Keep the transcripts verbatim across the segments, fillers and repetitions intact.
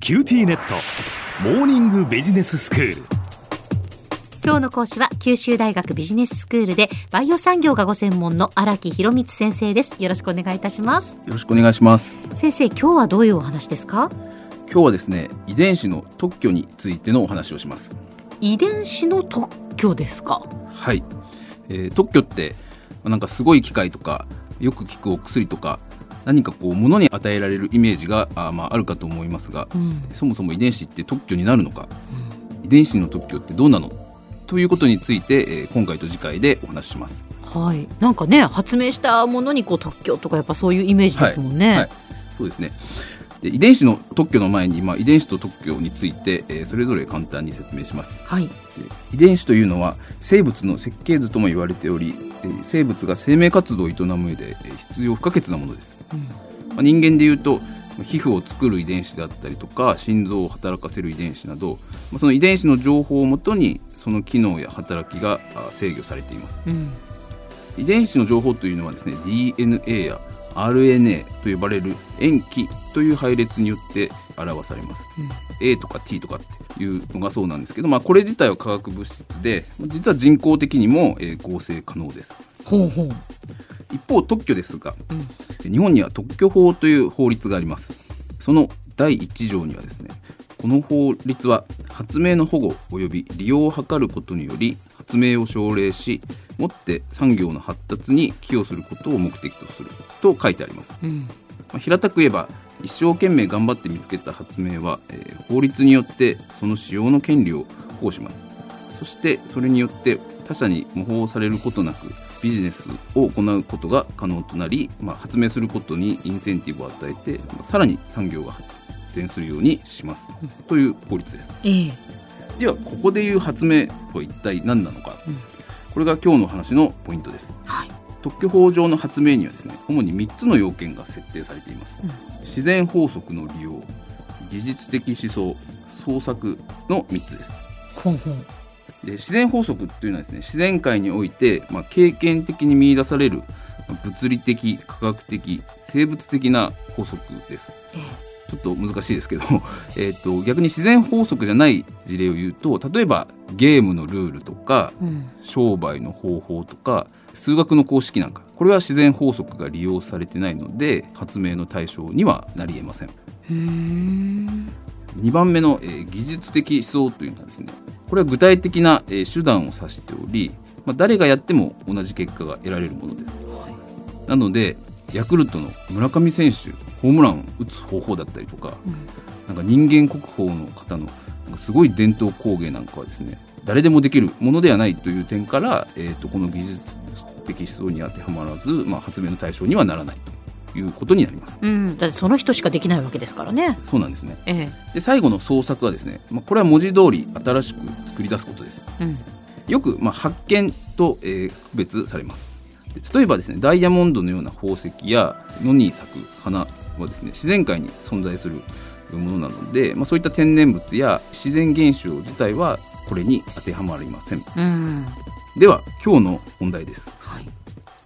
キューティーネットモーニングビジネススクール。 今日の講師は九州大学ビジネススクールでバイオ産業がご専門の荒木博光先生です。よろしくお願いいたします。 よろしくお願いします。 先生、今日はどういうお話ですか？ 今日はですね、遺伝子の特許についてのお話をします。 遺伝子の特許ですか？ はい、えー、特許ってなんかすごい機械とかよく効くお薬とか何かこう物に与えられるイメージが あ,、まあ、あるかと思いますが、うん、そもそも遺伝子って特許になるのか、うん、遺伝子の特許ってどうなのということについて、えー、今回と次回でお話しします。 はい、なんかね、発明したものにこう特許とかやっぱそういうイメージですもんね。 はいはい、そうですね。で、遺伝子の特許の前に、まあ、遺伝子と特許について、えー、それぞれ簡単に説明します。 はい、 で、遺伝子というのは生物の設計図とも言われており、えー、生物が生命活動を営む上で、えー、必要不可欠なものです。うん、まあ、人間でいうと皮膚を作る遺伝子であったりとか心臓を働かせる遺伝子など、まあ、その遺伝子の情報をもとにその機能や働きが制御されています。うん、遺伝子の情報というのはですね、 ディーエヌエー や アールエヌエー と呼ばれる塩基という配列によって表されます。うん、A とか T とかっていうのがそうなんですけど、まあ、これ自体は化学物質で実は人工的にも、えー、合成可能です。 ほうほう。 一方特許ですが、うん、日本には特許法という法律があります。そのだいいち条にはですね、この法律は発明の保護及び利用を図ることにより発明を奨励し、もって産業の発達に寄与することを目的とすると書いてあります。うん、まあ、平たく言えば一生懸命頑張って見つけた発明は、えー、法律によってその使用の権利を保護します。そしてそれによって他者に模倣されることなくビジネスを行うことが可能となり、まあ、発明することにインセンティブを与えて、まあ、さらに産業が発展するようにします、うん、という法律です。えー、ではここでいう発明とは一体何なのか、うん、これが今日の話のポイントです。はい、特許法上の発明にはですね、主にみっつの要件が設定されています。うん、自然法則の利用、技術的思想、創作のみっつです。 ほうほう。 で、自然法則というのはですね、自然界において、まあ、経験的に見出される物理的、科学的、生物的な法則です。えーちょっと難しいですけど、えー、と逆に自然法則じゃない事例を言うと、例えばゲームのルールとか、うん、商売の方法とか数学の公式なんか、これは自然法則が利用されてないので発明の対象にはなり得ません。うーんにばんめの、えー、技術的思想というのはですね、これは具体的な、えー、手段を指しており、まあ、誰がやっても同じ結果が得られるものです。はい、なのでヤクルトの村上選手、ホームラン打つ方法だったりとか、うん、なんか人間国宝の方のなんかすごい伝統工芸なんかはですね、誰でもできるものではないという点から、えー、とこの技術的思想に当てはまらず、まあ、発明の対象にはならないということになります。 うん、だってその人しかできないわけですからね。 そうなんですね。 ええ、 で最後の創作はですね、まあ、これは文字通り新しく作り出すことです。うん、よく、まあ、発見と、えー、区別されます。例えばですね、ダイヤモンドのような宝石や野に咲く花はですね、自然界に存在するものなので、まあ、そういった天然物や自然現象自体はこれに当てはまりません。うん、では今日の本題です。はい、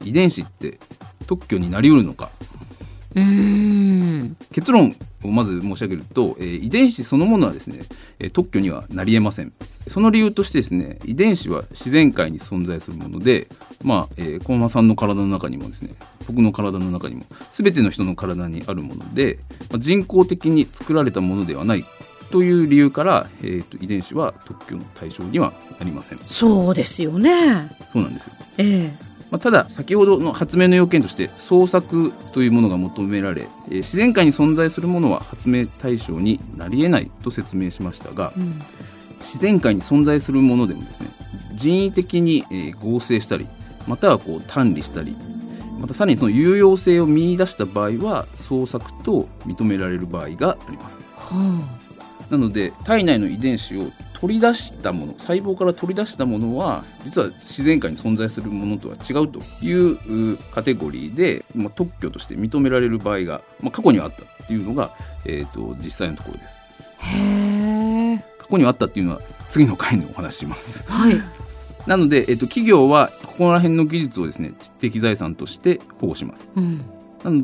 遺伝子って特許になりうるのか。うーん結論をまず申し上げると、えー、遺伝子そのものはですね、えー、特許にはなり得ません。その理由としてですね、遺伝子は自然界に存在するもので、まあえー、小間さんの体の中にもですね、僕の体の中にも全ての人の体にあるもので、まあ、人工的に作られたものではないという理由から、えー、と遺伝子は特許の対象にはなりません。 そうですよね。 そうなんですよ。 ええまあ、ただ先ほどの発明の要件として創作というものが求められ、えー、自然界に存在するものは発明対象になり得ないと説明しましたが、うん、自然界に存在するものでもですね、人為的に、えー、合成したり、またはこう単理したり、またさらにその有用性を見出した場合は創作と認められる場合があります。はあ、なので体内の遺伝子を取り出したもの、細胞から取り出したものは実は自然界に存在するものとは違うというカテゴリーで、まあ、特許として認められる場合が、まあ、過去にはあったっていうのが、えー、と実際のところです。 へー。 過去にはあったっていうのは次の回でお話しします。 はい。 なので、えー、と企業はここら辺の技術をですね、知的財産として保護します。うん、なので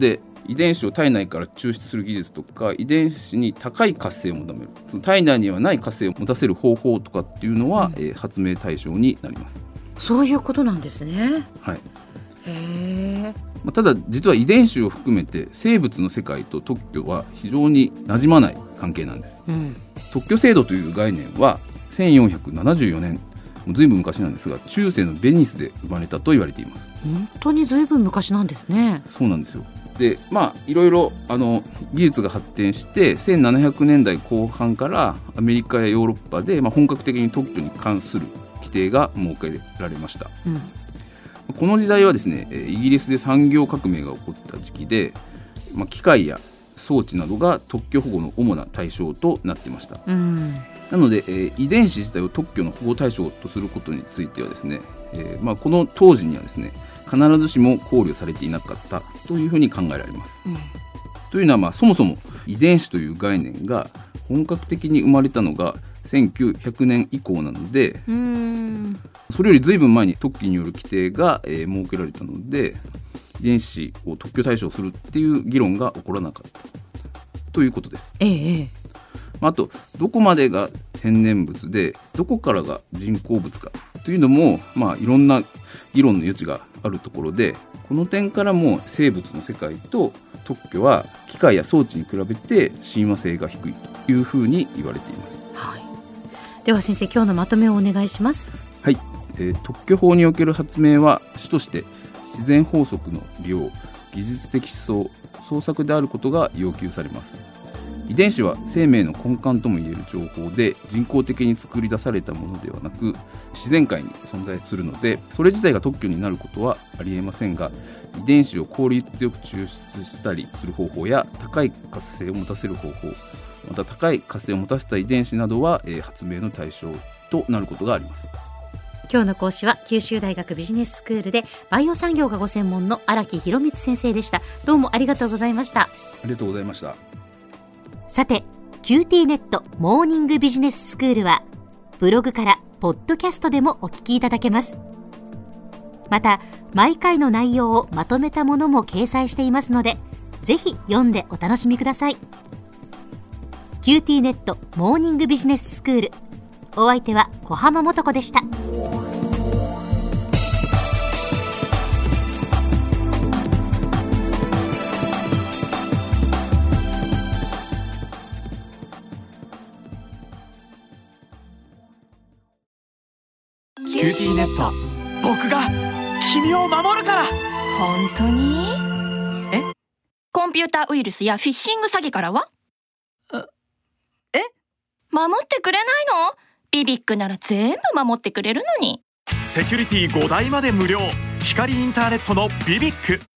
遺伝子を体内から抽出する技術とか、遺伝子に高い活性を求める、その体内にはない活性を持たせる方法とかっていうのは、うんえー、発明対象になります。 そういうことなんですね。 はい。 へー。 まあ、ただ実は遺伝子を含めて生物の世界と特許は非常に馴染まない関係なんです、うん、特許制度という概念はせんよんひゃくななじゅうよねん、もうずいぶん昔なんですが、中世のベニスで生まれたと言われています。 本当にずいぶん昔なんですね。 そうなんですよ。でまあいろいろあの技術が発展してせんななひゃくねんだいこう半からアメリカやヨーロッパで、まあ、本格的に特許に関する規定が設けられました、うんこの時代はですね、イギリスで産業革命が起こった時期で、まあ、機械や装置などが特許保護の主な対象となっていました、うん、なので、えー、遺伝子自体を特許の保護対象とすることについてはですね、えーまあ、この当時にはですね必ずしも考慮されていなかったというふうに考えられます、うん、というのは、まあ、そもそも遺伝子という概念が本格的に生まれたのがせんきゅうひゃくねん以降なので、うーんそれよりずいぶん前に特許による規定が、えー、設けられたので、遺伝子を特許対象するっていう議論が起こらなかったということです、ええ、あとどこまでが天然物でどこからが人工物かというのも、まあ、いろんな議論の余地があるところで、この点からも生物の世界と特許は機械や装置に比べて親和性が低いというふうに言われています、はい、 では先生、今日のまとめをお願いします。 はい、えー、特許法における発明は主として自然法則の利用、技術的思想、創作であることが要求されます。遺伝子は生命の根幹ともいえる情報で、人工的に作り出されたものではなく自然界に存在するので、それ自体が特許になることはありえませんが、遺伝子を効率よく抽出したりする方法や高い活性を持たせる方法、また高い活性を持たせた遺伝子などは、えー、発明の対象となることがあります。 今日の講師は九州大学ビジネススクールでバイオ産業がご専門の荒木博光先生でした。どうもありがとうございました。 ありがとうございました。 さて キューティー ネットモーニングビジネススクールはブログからポッドキャストでもお聞きいただけます。また毎回の内容をまとめたものも掲載していますので、ぜひ読んでお楽しみください。 キューティー ネットモーニングビジネススクール、お相手は小浜もとこでした。 キューティーネット、僕が君を守るから。 本当に？え？コンピューターウイルスやフィッシング詐欺からは？ え？ 守ってくれないの？ビビックなら全部守ってくれるのに。 セキュリティごだいまで無料。光インターネットのビビック。